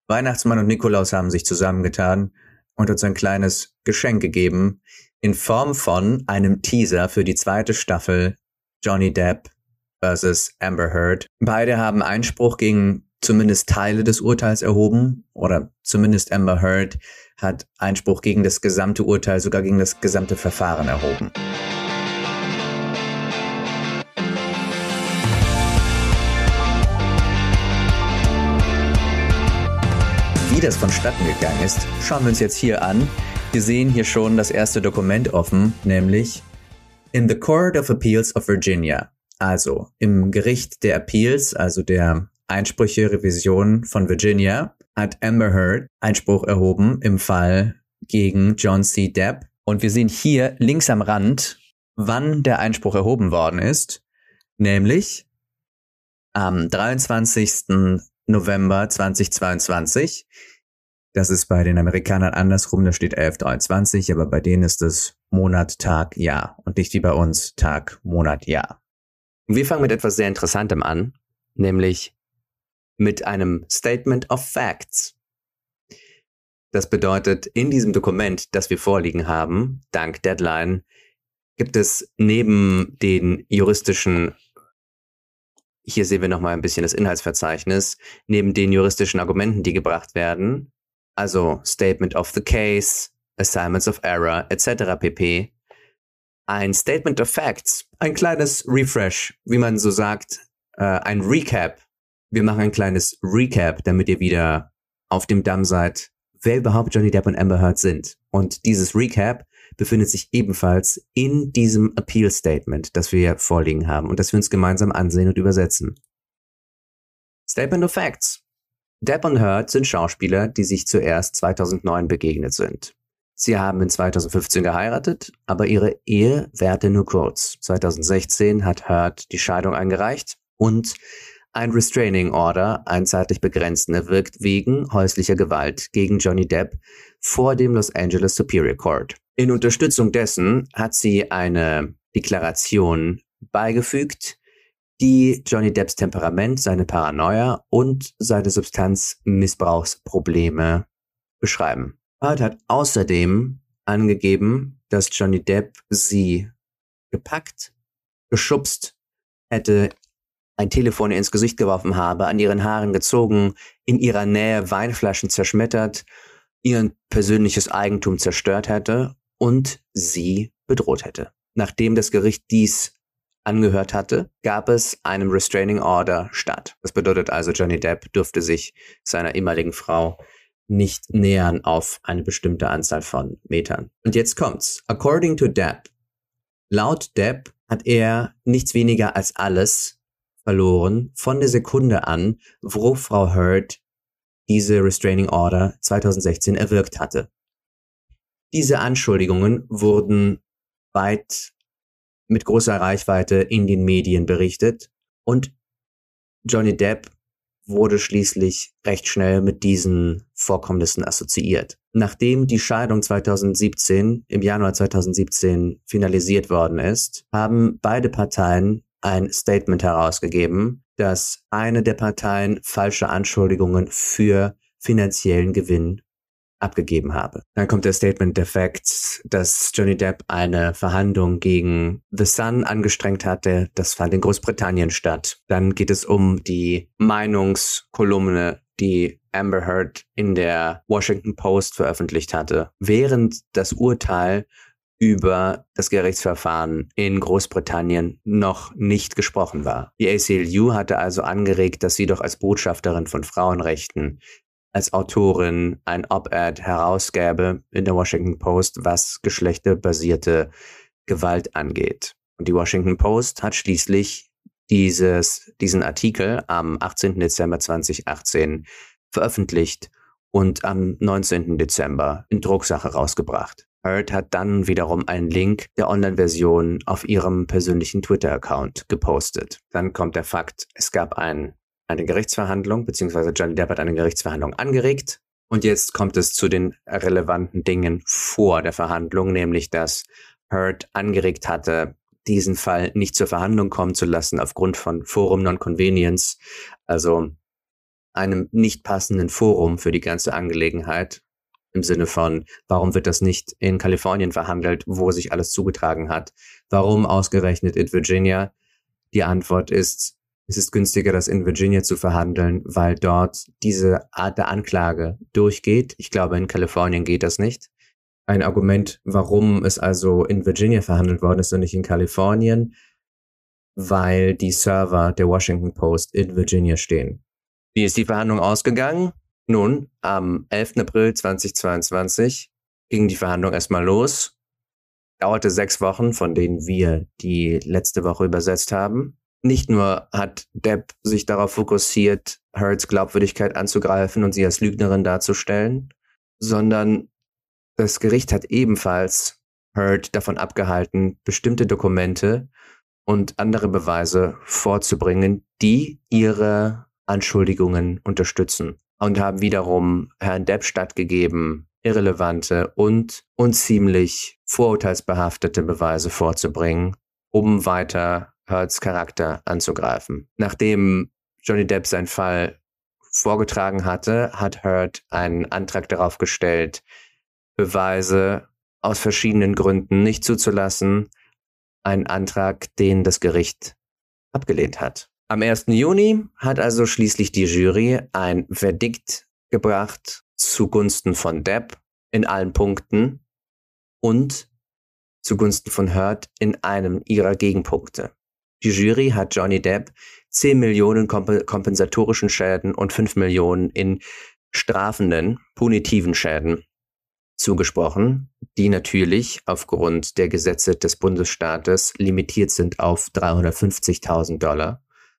Weihnachtsmann und Nikolaus haben sich zusammengetan und uns ein kleines Geschenk gegeben in Form von einem Teaser für die 2. Staffel Johnny Depp vs. Amber Heard. Beide haben Einspruch gegen zumindest Teile des Urteils erhoben, oder zumindest Amber Heard hat Einspruch gegen das gesamte Urteil, sogar gegen das gesamte Verfahren erhoben. Wie das vonstatten gegangen ist, schauen wir uns jetzt hier an. Wir sehen hier schon das erste Dokument offen, nämlich in the Court of Appeals of Virginia, also im Gericht der Appeals, also der Einsprüche, Revision von Virginia, hat Amber Heard Einspruch erhoben im Fall gegen John C. Depp. Und wir sehen hier links am Rand, wann der Einspruch erhoben worden ist, nämlich am 23. November 2022. Das ist bei den Amerikanern andersrum, da steht 11/23, aber bei denen ist es Monat, Tag, Jahr und nicht wie bei uns Tag, Monat, Jahr. Wir fangen mit etwas sehr Interessantem an, nämlich mit einem Statement of Facts. Das bedeutet, in diesem Dokument, das wir vorliegen haben, dank Deadline, gibt es neben den juristischen, hier sehen wir nochmal ein bisschen das Inhaltsverzeichnis, neben den juristischen Argumenten, die gebracht werden, also Statement of the Case, Assignments of Error, etc. pp., ein Statement of Facts, ein kleines Refresh, wie man so sagt, ein Recap. Wir machen ein kleines Recap, damit ihr wieder auf dem Damm seid, wer überhaupt Johnny Depp und Amber Heard sind. Und dieses Recap befindet sich ebenfalls in diesem Appeal Statement, das wir vorliegen haben und das wir uns gemeinsam ansehen und übersetzen. Statement of Facts. Depp und Heard sind Schauspieler, die sich zuerst 2009 begegnet sind. Sie haben in 2015 geheiratet, aber ihre Ehe währte nur kurz. 2016 hat Heard die Scheidung eingereicht und ein Restraining Order, einen zeitlich begrenzten, erwirkt wegen häuslicher Gewalt gegen Johnny Depp vor dem Los Angeles Superior Court. In Unterstützung dessen hat sie eine Deklaration beigefügt, die Johnny Depps Temperament, seine Paranoia und seine Substanzmissbrauchsprobleme beschreiben. Heard hat außerdem angegeben, dass Johnny Depp sie gepackt, geschubst hätte, ein Telefon ihr ins Gesicht geworfen habe, an ihren Haaren gezogen, in ihrer Nähe Weinflaschen zerschmettert, ihr persönliches Eigentum zerstört hätte und sie bedroht hätte. Nachdem das Gericht dies angehört hatte, gab es einem Restraining Order statt. Das bedeutet also, Johnny Depp durfte sich seiner ehemaligen Frau nicht nähern auf eine bestimmte Anzahl von Metern. Und jetzt kommt's. According to Depp, laut Depp hat er nichts weniger als alles verloren von der Sekunde an, wo Frau Heard diese Restraining Order 2016 erwirkt hatte. Diese Anschuldigungen wurden mit großer Reichweite in den Medien berichtet und Johnny Depp wurde schließlich recht schnell mit diesen Vorkommnissen assoziiert. Nachdem die Scheidung im Januar 2017 finalisiert worden ist, haben beide Parteien ein Statement herausgegeben, dass eine der Parteien falsche Anschuldigungen für finanziellen Gewinn abgegeben habe. Dann kommt das Statement der Facts, dass Johnny Depp eine Verhandlung gegen The Sun angestrengt hatte. Das fand in Großbritannien statt. Dann geht es um die Meinungskolumne, die Amber Heard in der Washington Post veröffentlicht hatte, während das Urteil über das Gerichtsverfahren in Großbritannien noch nicht gesprochen war. Die ACLU hatte also angeregt, dass sie doch als Botschafterin von Frauenrechten, als Autorin ein Op-Ed herausgäbe in der Washington Post, was geschlechterbasierte Gewalt angeht. Und die Washington Post hat schließlich diesen Artikel am 18. Dezember 2018 veröffentlicht und am 19. Dezember in Drucksache rausgebracht. Heard hat dann wiederum einen Link der Online-Version auf ihrem persönlichen Twitter-Account gepostet. Dann kommt der Fakt, es gab eine Gerichtsverhandlung, beziehungsweise Johnny Depp hat eine Gerichtsverhandlung angeregt. Und jetzt kommt es zu den relevanten Dingen vor der Verhandlung, nämlich dass Heard angeregt hatte, diesen Fall nicht zur Verhandlung kommen zu lassen aufgrund von Forum Non-Convenience, also einem nicht passenden Forum für die ganze Angelegenheit. Im Sinne von, warum wird das nicht in Kalifornien verhandelt, wo sich alles zugetragen hat? Warum ausgerechnet in Virginia? Die Antwort ist, es ist günstiger, das in Virginia zu verhandeln, weil dort diese Art der Anklage durchgeht. Ich glaube, in Kalifornien geht das nicht. Ein Argument, warum es also in Virginia verhandelt worden ist und nicht in Kalifornien, weil die Server der Washington Post in Virginia stehen. Wie ist die Verhandlung ausgegangen? Nun, am 11. April 2022 ging die Verhandlung erstmal los. Dauerte 6 Wochen, von denen wir die letzte Woche übersetzt haben. Nicht nur hat Depp sich darauf fokussiert, Heards Glaubwürdigkeit anzugreifen und sie als Lügnerin darzustellen, sondern das Gericht hat ebenfalls Heard davon abgehalten, bestimmte Dokumente und andere Beweise vorzubringen, die ihre Anschuldigungen unterstützen. Und haben wiederum Herrn Depp stattgegeben, irrelevante und ziemlich vorurteilsbehaftete Beweise vorzubringen, um weiter Heards Charakter anzugreifen. Nachdem Johnny Depp seinen Fall vorgetragen hatte, hat Heard einen Antrag darauf gestellt, Beweise aus verschiedenen Gründen nicht zuzulassen. Ein Antrag, den das Gericht abgelehnt hat. Am 1. Juni hat also schließlich die Jury ein Verdikt gebracht zugunsten von Depp in allen Punkten und zugunsten von Heard in einem ihrer Gegenpunkte. Die Jury hat Johnny Depp 10 Millionen kompensatorischen Schäden und 5 Millionen in strafenden, punitiven Schäden zugesprochen, die natürlich aufgrund der Gesetze des Bundesstaates limitiert sind auf $350.000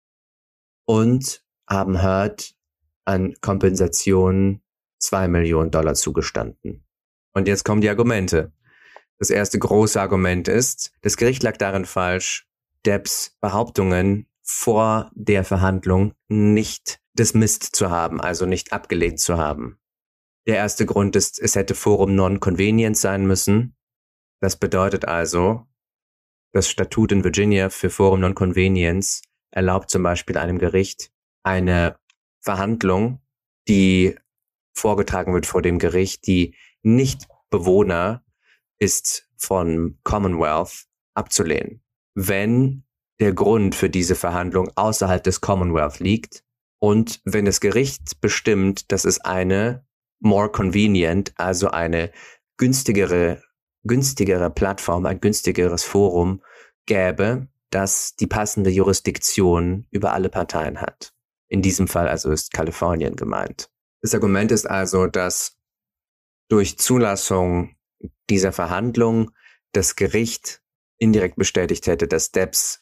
und haben Heard an Kompensation $2 Millionen zugestanden. Und jetzt kommen die Argumente. Das erste große Argument ist, das Gericht lag darin falsch, Depps Behauptungen vor der Verhandlung nicht dismissed zu haben, also nicht abgelehnt zu haben. Der erste Grund ist, es hätte Forum non-convenience sein müssen. Das bedeutet also, das Statut in Virginia für Forum non-convenience erlaubt zum Beispiel einem Gericht eine Verhandlung, die vorgetragen wird vor dem Gericht, die nicht Bewohner ist von Commonwealth, abzulehnen. Wenn der Grund für diese Verhandlung außerhalb des Commonwealth liegt und wenn das Gericht bestimmt, dass es eine more convenient, also eine günstigere Plattform, ein günstigeres Forum gäbe, das die passende Jurisdiktion über alle Parteien hat. In diesem Fall also ist Kalifornien gemeint. Das Argument ist also, dass durch Zulassung dieser Verhandlung das Gericht indirekt bestätigt hätte, dass Depps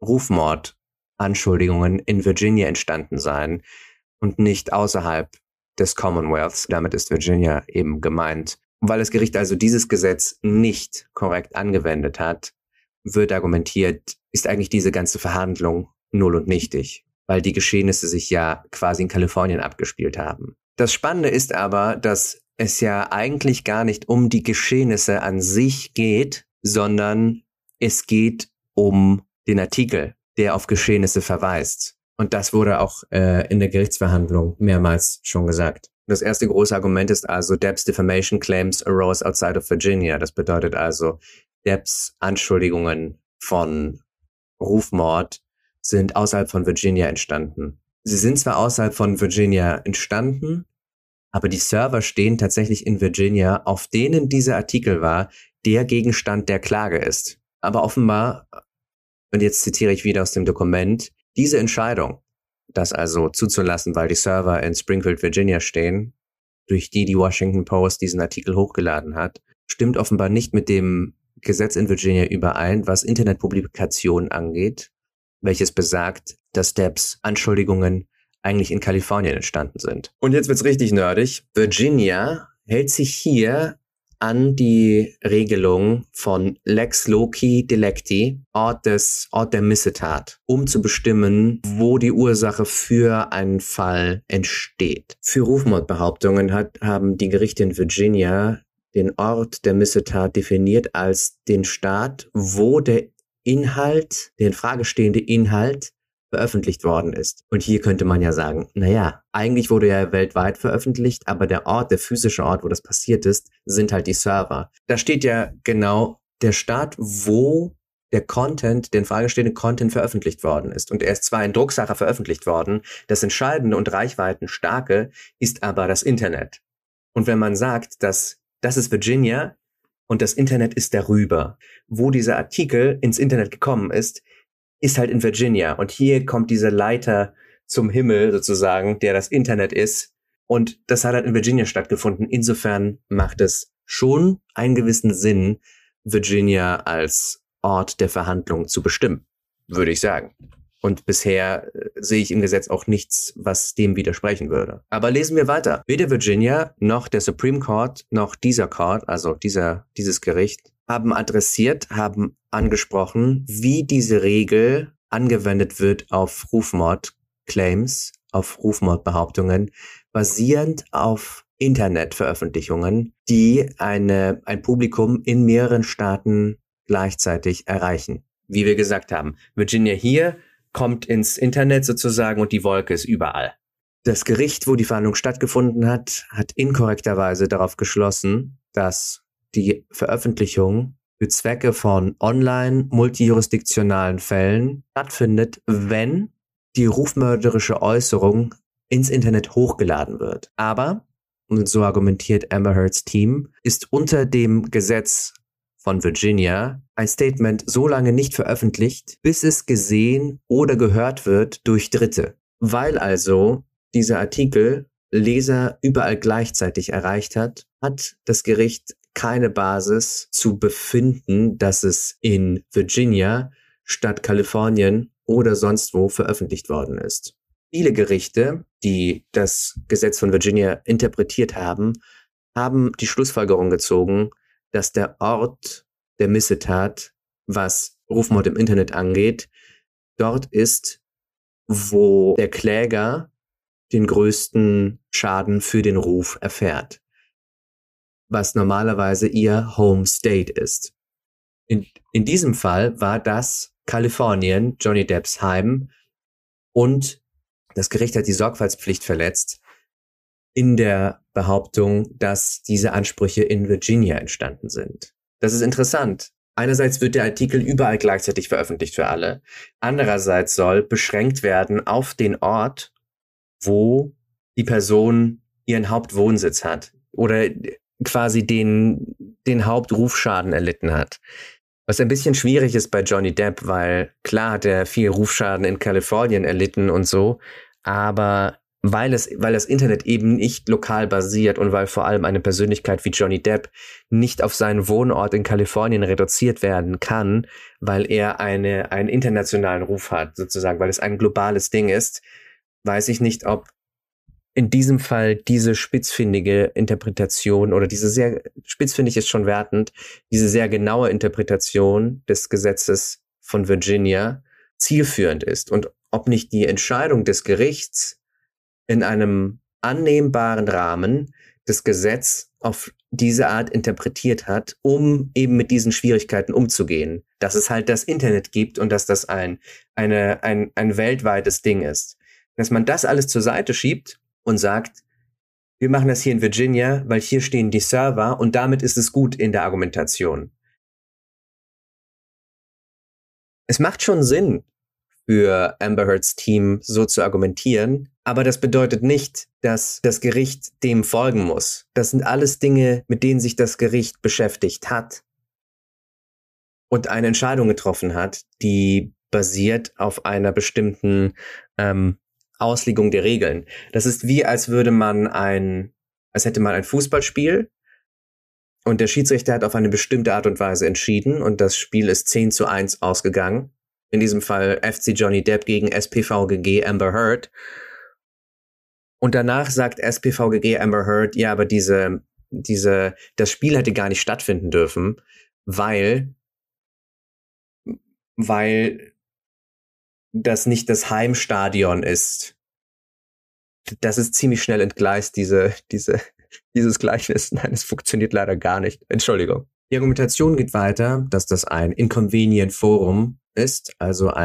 Rufmordanschuldigungen in Virginia entstanden seien und nicht außerhalb des Commonwealths. Damit ist Virginia eben gemeint. Und weil das Gericht also dieses Gesetz nicht korrekt angewendet hat, wird argumentiert, ist eigentlich diese ganze Verhandlung null und nichtig, weil die Geschehnisse sich ja quasi in Kalifornien abgespielt haben. Das Spannende ist aber, dass es ja eigentlich gar nicht um die Geschehnisse an sich geht, sondern es geht um den Artikel, der auf Geschehnisse verweist. Und das wurde auch in der Gerichtsverhandlung mehrmals schon gesagt. Das erste große Argument ist also, Depps defamation claims arose outside of Virginia. Das bedeutet also, Depps Anschuldigungen von Rufmord sind außerhalb von Virginia entstanden. Sie sind zwar außerhalb von Virginia entstanden, aber die Server stehen tatsächlich in Virginia, auf denen dieser Artikel war, der Gegenstand der Klage ist. Aber offenbar, und jetzt zitiere ich wieder aus dem Dokument, diese Entscheidung, das also zuzulassen, weil die Server in Springfield, Virginia stehen, durch die Washington Post diesen Artikel hochgeladen hat, stimmt offenbar nicht mit dem Gesetz in Virginia überein, was Internetpublikationen angeht, welches besagt, dass Depps Anschuldigungen eigentlich in Kalifornien entstanden sind. Und jetzt wird's richtig nerdig. Virginia hält sich hier an die Regelung von Lex Loci Delicti, Ort der Missetat, um zu bestimmen, wo die Ursache für einen Fall entsteht. Für Rufmordbehauptungen haben die Gerichte in Virginia den Ort der Missetat definiert als den Staat, wo der in Frage stehende Inhalt veröffentlicht worden ist. Und hier könnte man ja sagen, naja, eigentlich wurde ja weltweit veröffentlicht, aber der Ort, der physische Ort, wo das passiert ist, sind halt die Server. Da steht ja genau der Staat, wo der Content, der in Frage stehende Content veröffentlicht worden ist. Und er ist zwar in Drucksache veröffentlicht worden, das Entscheidende und reichweitenstarke ist aber das Internet. Und wenn man sagt, dass das ist Virginia und das Internet ist darüber, wo dieser Artikel ins Internet gekommen ist halt in Virginia. Und hier kommt diese Leiter zum Himmel sozusagen, der das Internet ist. Und das hat halt in Virginia stattgefunden. Insofern macht es schon einen gewissen Sinn, Virginia als Ort der Verhandlung zu bestimmen, würde ich sagen. Und bisher sehe ich im Gesetz auch nichts, was dem widersprechen würde. Aber lesen wir weiter. Weder Virginia noch der Supreme Court noch dieser Court, also dieses Gericht, haben angesprochen, wie diese Regel angewendet wird auf Rufmord-Claims, auf Rufmordbehauptungen, basierend auf Internetveröffentlichungen, die ein Publikum in mehreren Staaten gleichzeitig erreichen. Wie wir gesagt haben, Virginia hier kommt ins Internet sozusagen und die Wolke ist überall. Das Gericht, wo die Verhandlung stattgefunden hat, hat inkorrekterweise darauf geschlossen, dass die Veröffentlichung für Zwecke von online-multijurisdiktionalen Fällen stattfindet, wenn die rufmörderische Äußerung ins Internet hochgeladen wird. Aber, und so argumentiert Amber Heards Team, ist unter dem Gesetz von Virginia ein Statement so lange nicht veröffentlicht, bis es gesehen oder gehört wird durch Dritte. Weil also dieser Artikel Leser überall gleichzeitig erreicht hat, hat das Gericht keine Basis zu befinden, dass es in Virginia statt Kalifornien oder sonst wo veröffentlicht worden ist. Viele Gerichte, die das Gesetz von Virginia interpretiert haben, haben die Schlussfolgerung gezogen, dass der Ort der Missetat, was Rufmord im Internet angeht, dort ist, wo der Kläger den größten Schaden für den Ruf erfährt, was normalerweise ihr Home State ist. In diesem Fall war das Kalifornien, Johnny Depps Heim, und das Gericht hat die Sorgfaltspflicht verletzt in der Behauptung, dass diese Ansprüche in Virginia entstanden sind. Das ist interessant. Einerseits wird der Artikel überall gleichzeitig veröffentlicht für alle. Andererseits soll beschränkt werden auf den Ort, wo die Person ihren Hauptwohnsitz hat oder quasi den Hauptrufschaden erlitten hat. Was ein bisschen schwierig ist bei Johnny Depp, weil klar hat er viel Rufschaden in Kalifornien erlitten und so, aber weil das Internet eben nicht lokal basiert und weil vor allem eine Persönlichkeit wie Johnny Depp nicht auf seinen Wohnort in Kalifornien reduziert werden kann, weil er einen internationalen Ruf hat, sozusagen, weil es ein globales Ding ist, weiß ich nicht, ob in diesem Fall diese spitzfindige Interpretation oder diese sehr, spitzfindig ist schon wertend, diese sehr genaue Interpretation des Gesetzes von Virginia zielführend ist und ob nicht die Entscheidung des Gerichts in einem annehmbaren Rahmen das Gesetz auf diese Art interpretiert hat, um eben mit diesen Schwierigkeiten umzugehen. Dass es halt das Internet gibt und dass das ein weltweites Ding ist. Dass man das alles zur Seite schiebt und sagt, wir machen das hier in Virginia, weil hier stehen die Server und damit ist es gut in der Argumentation. Es macht schon Sinn für Amber Heards Team so zu argumentieren, aber das bedeutet nicht, dass das Gericht dem folgen muss. Das sind alles Dinge, mit denen sich das Gericht beschäftigt hat und eine Entscheidung getroffen hat, die basiert auf einer bestimmten Auslegung der Regeln. Das ist wie, als hätte man ein Fußballspiel und der Schiedsrichter hat auf eine bestimmte Art und Weise entschieden und das Spiel ist 10:1 ausgegangen. In diesem Fall FC Johnny Depp gegen SPVGG Amber Heard. Und danach sagt SPVGG Amber Heard, ja, aber das Spiel hätte gar nicht stattfinden dürfen, weil das nicht das Heimstadion ist. Das ist ziemlich schnell entgleist, dieses Gleichnis. Nein, es funktioniert leider gar nicht. Entschuldigung. Die Argumentation geht weiter, dass das ein Inconvenient Forum ist, also ein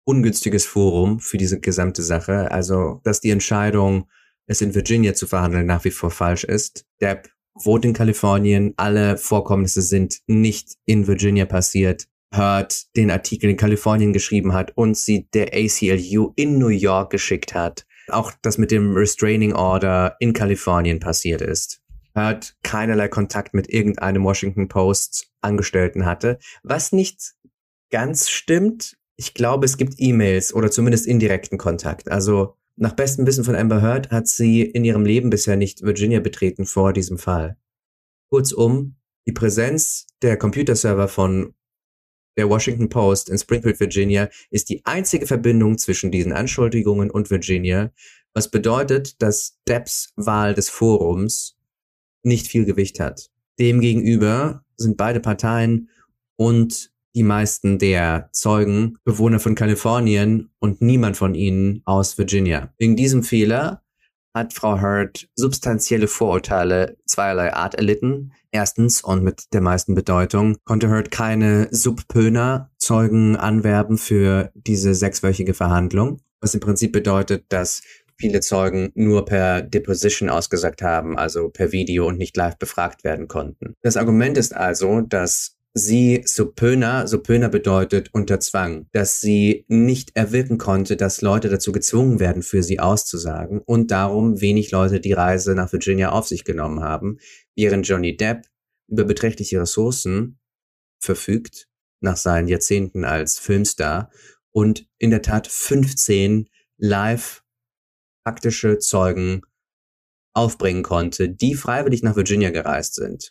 ungünstiges Forum für diese gesamte Sache. Also, dass die Entscheidung, es in Virginia zu verhandeln, nach wie vor falsch ist. Depp wohnt in Kalifornien. Alle Vorkommnisse sind nicht in Virginia passiert. Heard den Artikel in Kalifornien geschrieben hat und sie der ACLU in New York geschickt hat. Auch das mit dem Restraining Order in Kalifornien passiert ist. Heard keinerlei Kontakt mit irgendeinem Washington Post Angestellten hatte, was nicht ganz stimmt. Ich glaube, es gibt E-Mails oder zumindest indirekten Kontakt. Also nach bestem Wissen von Amber Heard hat sie in ihrem Leben bisher nicht Virginia betreten vor diesem Fall. Kurzum, die Präsenz der Computerserver von der Washington Post in Springfield, Virginia, ist die einzige Verbindung zwischen diesen Anschuldigungen und Virginia, was bedeutet, dass Depps Wahl des Forums nicht viel Gewicht hat. Demgegenüber sind beide Parteien und die meisten der Zeugen Bewohner von Kalifornien und niemand von ihnen aus Virginia. Wegen diesem Fehler hat Frau Heard substanzielle Vorurteile zweierlei Art erlitten. Erstens, und mit der meisten Bedeutung, konnte Heard keine Subpoena-Zeugen anwerben für diese 6-wöchige Verhandlung, was im Prinzip bedeutet, dass viele Zeugen nur per Deposition ausgesagt haben, also per Video und nicht live befragt werden konnten. Das Argument ist also, dass sie Subpoena bedeutet unter Zwang, dass sie nicht erwirken konnte, dass Leute dazu gezwungen werden, für sie auszusagen und darum wenig Leute die Reise nach Virginia auf sich genommen haben, während Johnny Depp über beträchtliche Ressourcen verfügt, nach seinen Jahrzehnten als Filmstar und in der Tat 15 live faktische Zeugen aufbringen konnte, die freiwillig nach Virginia gereist sind.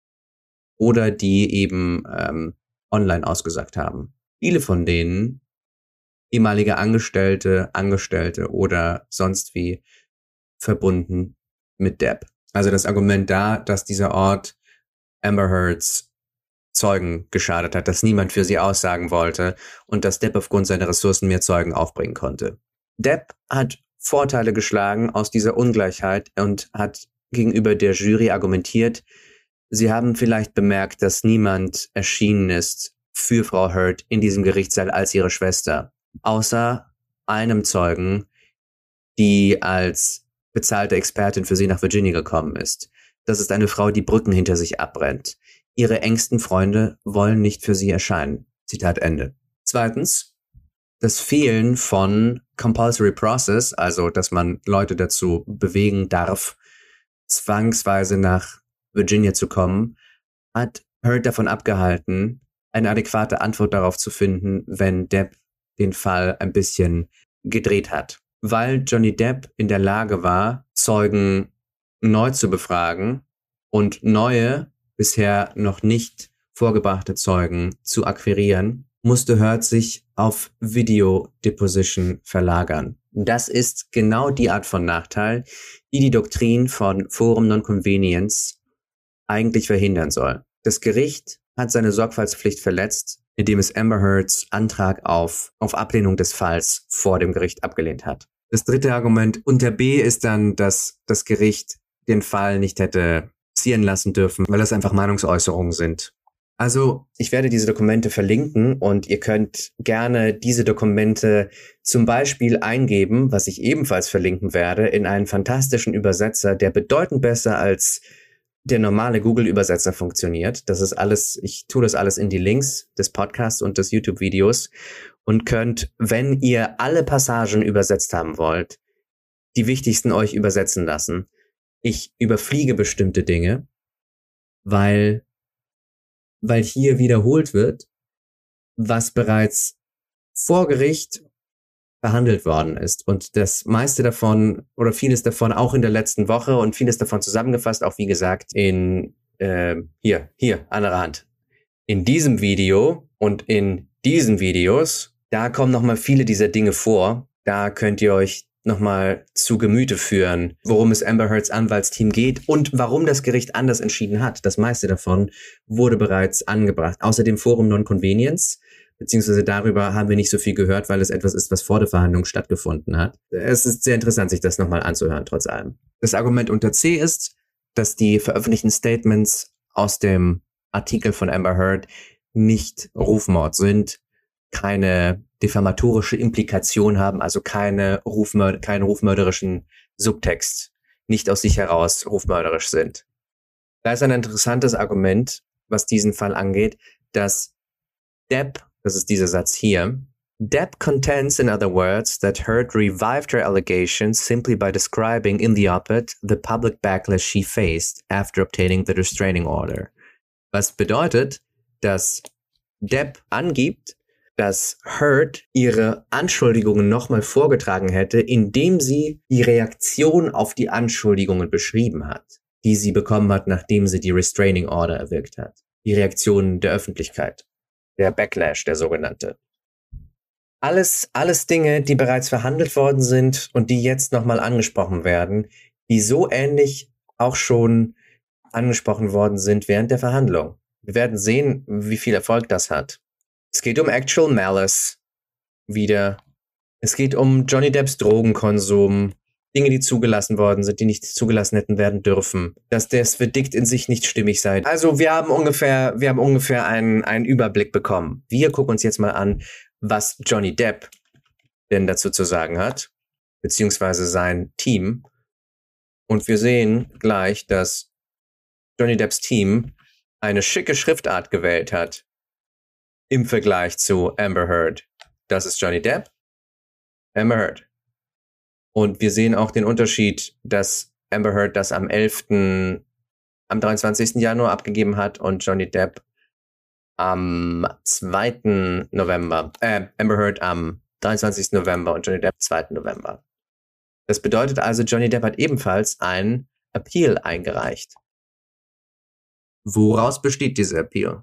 Oder die eben online ausgesagt haben. Viele von denen ehemalige Angestellte oder sonst wie verbunden mit Depp. Also das Argument da, dass dieser Ort Amber Heards Zeugen geschadet hat, dass niemand für sie aussagen wollte und dass Depp aufgrund seiner Ressourcen mehr Zeugen aufbringen konnte. Depp hat Vorteile geschlagen aus dieser Ungleichheit und hat gegenüber der Jury argumentiert, sie haben vielleicht bemerkt, dass niemand erschienen ist für Frau Heard in diesem Gerichtssaal als ihre Schwester, außer einem Zeugen, die als bezahlte Expertin für sie nach Virginia gekommen ist. Das ist eine Frau, die Brücken hinter sich abbrennt. Ihre engsten Freunde wollen nicht für sie erscheinen. Zitat Ende. Zweitens, das Fehlen von Compulsory Process, also dass man Leute dazu bewegen darf, zwangsweise nach Virginia zu kommen, hat Heard davon abgehalten, eine adäquate Antwort darauf zu finden, wenn Depp den Fall ein bisschen gedreht hat. Weil Johnny Depp in der Lage war, Zeugen neu zu befragen und neue, bisher noch nicht vorgebrachte Zeugen zu akquirieren, musste Heard sich auf Video-Deposition verlagern. Das ist genau die Art von Nachteil, die die Doktrin von Forum Non-Convenience eigentlich verhindern soll. Das Gericht hat seine Sorgfaltspflicht verletzt, indem es Amber Heards Antrag auf Ablehnung des Falls vor dem Gericht abgelehnt hat. Das dritte Argument unter B ist dann, dass das Gericht den Fall nicht hätte passieren lassen dürfen, weil das einfach Meinungsäußerungen sind. Also, ich werde diese Dokumente verlinken und ihr könnt gerne diese Dokumente zum Beispiel eingeben, was ich ebenfalls verlinken werde, in einen fantastischen Übersetzer, der bedeutend besser als der normale Google-Übersetzer funktioniert. Das ist alles, ich tue das alles in die Links des Podcasts und des YouTube-Videos und könnt, wenn ihr alle Passagen übersetzt haben wollt, die wichtigsten euch übersetzen lassen. Ich überfliege bestimmte Dinge, weil hier wiederholt wird, was bereits vor Gericht behandelt worden ist. Und das meiste davon oder vieles davon auch in der letzten Woche und vieles davon zusammengefasst, auch wie gesagt, in hier, andere Hand. In diesem Video und in diesen Videos, da kommen nochmal viele dieser Dinge vor. Da könnt ihr euch nochmal zu Gemüte führen, worum es Amber Heards Anwaltsteam geht und warum das Gericht anders entschieden hat. Das meiste davon wurde bereits angebracht. Außerdem Forum Non-Convenience, beziehungsweise darüber haben wir nicht so viel gehört, weil es etwas ist, was vor der Verhandlung stattgefunden hat. Es ist sehr interessant, sich das nochmal anzuhören, trotz allem. Das Argument unter C ist, dass die veröffentlichten Statements aus dem Artikel von Amber Heard nicht Rufmord sind, keine diffamatorische Implikation haben, also keinen rufmörderischen Subtext, nicht aus sich heraus rufmörderisch sind. Da ist ein interessantes Argument, was diesen Fall angeht, dass Depp, das ist dieser Satz hier, Depp contends, in other words, that Heard revived her allegations simply by describing in the op-ed the public backlash she faced after obtaining the restraining order. Was bedeutet, dass Depp angibt, dass Heard ihre Anschuldigungen nochmal vorgetragen hätte, indem sie die Reaktion auf die Anschuldigungen beschrieben hat, die sie bekommen hat, nachdem sie die Restraining Order erwirkt hat. Die Reaktion der Öffentlichkeit. Der Backlash, der sogenannte. Alles Dinge, die bereits verhandelt worden sind und die jetzt nochmal angesprochen werden, die so ähnlich auch schon angesprochen worden sind während der Verhandlung. Wir werden sehen, wie viel Erfolg das hat. Es geht um Actual Malice wieder. Es geht um Johnny Depps Drogenkonsum, Dinge, die zugelassen worden sind, die nicht zugelassen hätten werden dürfen, dass das Verdikt in sich nicht stimmig sei. Also wir haben ungefähr einen Überblick bekommen. Wir gucken uns jetzt mal an, was Johnny Depp denn dazu zu sagen hat, beziehungsweise sein Team. Und wir sehen gleich, dass Johnny Depps Team eine schicke Schriftart gewählt hat im Vergleich zu Amber Heard. Das ist Johnny Depp, Amber Heard. Und wir sehen auch den Unterschied, dass Amber Heard das am 23. Januar abgegeben hat und Johnny Depp am 2. November, Amber Heard am 23. November und Johnny Depp 2. November. Das bedeutet also, Johnny Depp hat ebenfalls einen Appeal eingereicht. Woraus besteht dieser Appeal?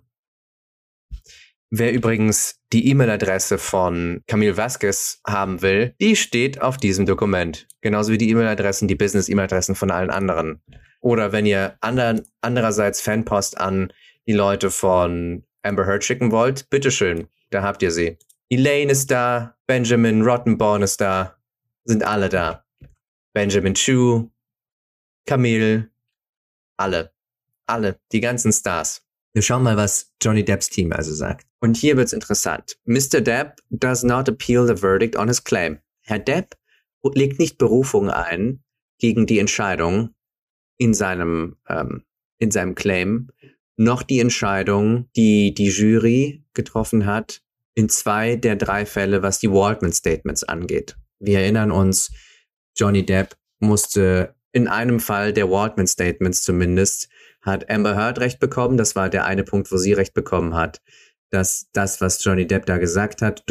Wer übrigens die E-Mail-Adresse von Camille Vasquez haben will, die steht auf diesem Dokument. Genauso wie die E-Mail-Adressen, die Business-E-Mail-Adressen von allen anderen. Oder wenn ihr andererseits Fanpost an die Leute von Amber Heard schicken wollt, bitteschön, da habt ihr sie. Elaine ist da, Benjamin Rottenborn ist da, sind alle da. Benjamin Chu, Camille, alle, die ganzen Stars. Wir schauen mal, was Johnny Depps Team also sagt. Und hier wird's interessant. Mr. Depp does not appeal the verdict on his claim. Herr Depp legt nicht Berufung ein gegen die Entscheidung in seinem Claim, noch die Entscheidung, die die Jury getroffen hat, in 2 der 3 Fälle, was die Waldman-Statements angeht. Wir erinnern uns, Johnny Depp musste in einem Fall der Waldman-Statements zumindest, hat Amber Heard Recht bekommen. Das war der eine Punkt, wo sie Recht bekommen hat, dass das, was Johnny Depp da gesagt hat,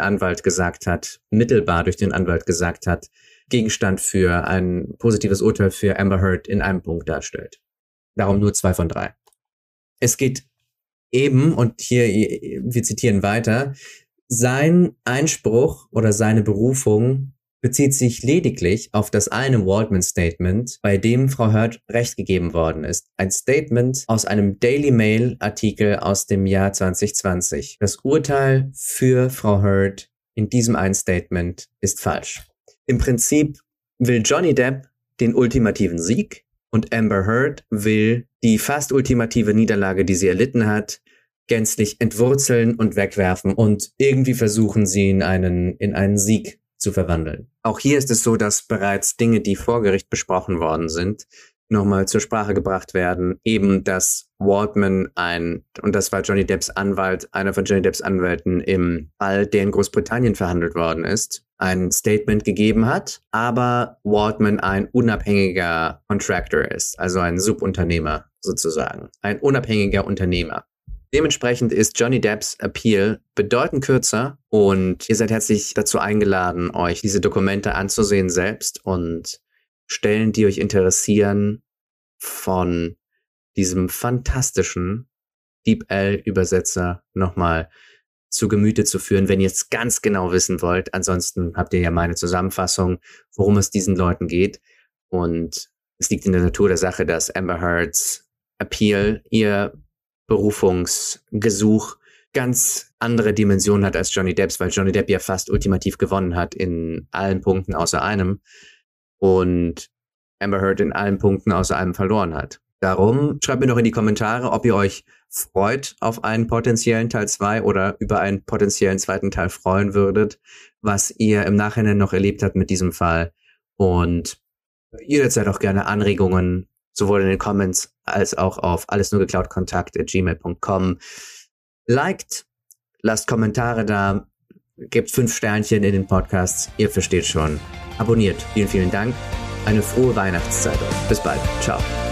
mittelbar durch den Anwalt gesagt hat, Gegenstand für ein positives Urteil für Amber Heard in einem Punkt darstellt. Darum nur 2 von 3. Es geht eben, und hier, wir zitieren weiter, sein Einspruch oder seine Berufung bezieht sich lediglich auf das eine Waldman-Statement, bei dem Frau Heard Recht gegeben worden ist. Ein Statement aus einem Daily Mail-Artikel aus dem Jahr 2020. Das Urteil für Frau Heard in diesem einen Statement ist falsch. Im Prinzip will Johnny Depp den ultimativen Sieg und Amber Heard will die fast ultimative Niederlage, die sie erlitten hat, gänzlich entwurzeln und wegwerfen und irgendwie versuchen, sie in einen Sieg zu verwandeln. Auch hier ist es so, dass bereits Dinge, die vor Gericht besprochen worden sind, nochmal zur Sprache gebracht werden. Eben, dass Waldman und das war Johnny Depps Anwalt, einer von Johnny Depps Anwälten im Fall, der in Großbritannien verhandelt worden ist, ein Statement gegeben hat, aber Waldman ein unabhängiger Contractor ist, also ein Subunternehmer sozusagen, ein unabhängiger Unternehmer. Dementsprechend ist Johnny Depps Appeal bedeutend kürzer und ihr seid herzlich dazu eingeladen, euch diese Dokumente anzusehen selbst und Stellen, die euch interessieren, von diesem fantastischen DeepL-Übersetzer nochmal zu Gemüte zu führen, wenn ihr es ganz genau wissen wollt. Ansonsten habt ihr ja meine Zusammenfassung, worum es diesen Leuten geht. Und es liegt in der Natur der Sache, dass Amber Heards Appeal, ihr Berufungsgesuch, ganz andere Dimensionen hat als Johnny Depps, weil Johnny Depp ja fast ultimativ gewonnen hat in allen Punkten außer einem und Amber Heard in allen Punkten außer einem verloren hat. Darum schreibt mir doch in die Kommentare, ob ihr euch freut auf einen potenziellen Teil 2 oder über einen potenziellen zweiten Teil freuen würdet, was ihr im Nachhinein noch erlebt habt mit diesem Fall. Und jederzeit auch gerne Anregungen, sowohl in den Comments als auch auf allesnurgeklaut@gmail.com. Liked, lasst Kommentare da, gebt 5 Sternchen in den Podcasts, ihr versteht schon. Abonniert. Vielen, vielen Dank. Eine frohe Weihnachtszeit euch. Bis bald. Ciao.